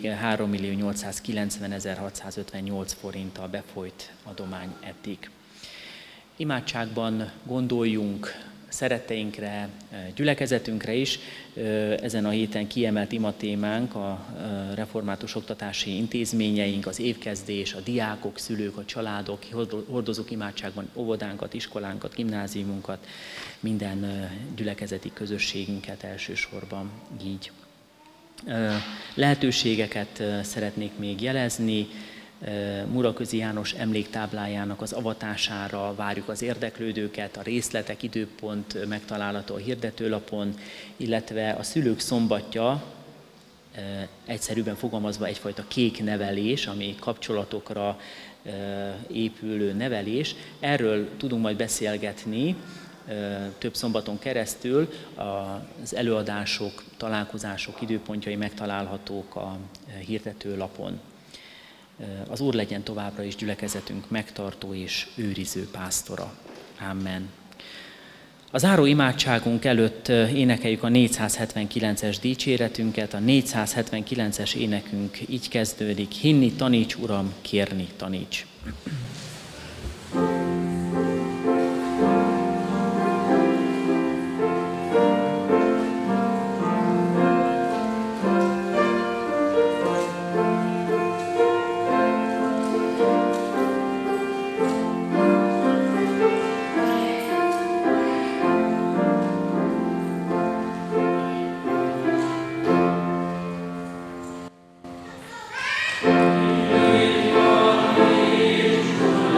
S1: 3.890.658 forinttal befolyt adomány eddig. Imádságban gondoljunk szeretteinkre, gyülekezetünkre is. Ezen a héten kiemelt imatémánk a református oktatási intézményeink, az évkezdés, a diákok, szülők, a családok, hordozók imádságban óvodánkat, iskolánkat, gimnáziumunkat, minden gyülekezeti közösségünket elsősorban így. Lehetőségeket szeretnék még jelezni. Muraközi János emléktáblájának az avatására várjuk az érdeklődőket, a részletek, időpont megtalálható a hirdetőlapon, illetve a szülők szombatja, egyszerűbben fogalmazva egyfajta kék nevelés, ami kapcsolatokra épülő nevelés. Erről tudunk majd beszélgetni több szombaton keresztül. Az előadások, találkozások időpontjai megtalálhatók a hirdetőlapon. Az Úr legyen továbbra is gyülekezetünk megtartó és őriző pásztora. Amen. A záró imádságunk előtt énekeljük a 479-es dicséretünket. A 479-es énekünk így kezdődik: hinni taníts, Uram, kérni taníts.
S4: Amen.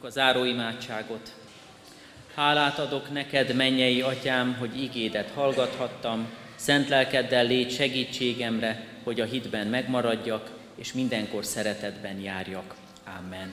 S1: a záróimádságot. Hálát adok neked, mennyei Atyám, hogy igédet hallgathattam, szent lelkeddel légy segítségemre, hogy a hitben megmaradjak, és mindenkor szeretetben járjak. Amen.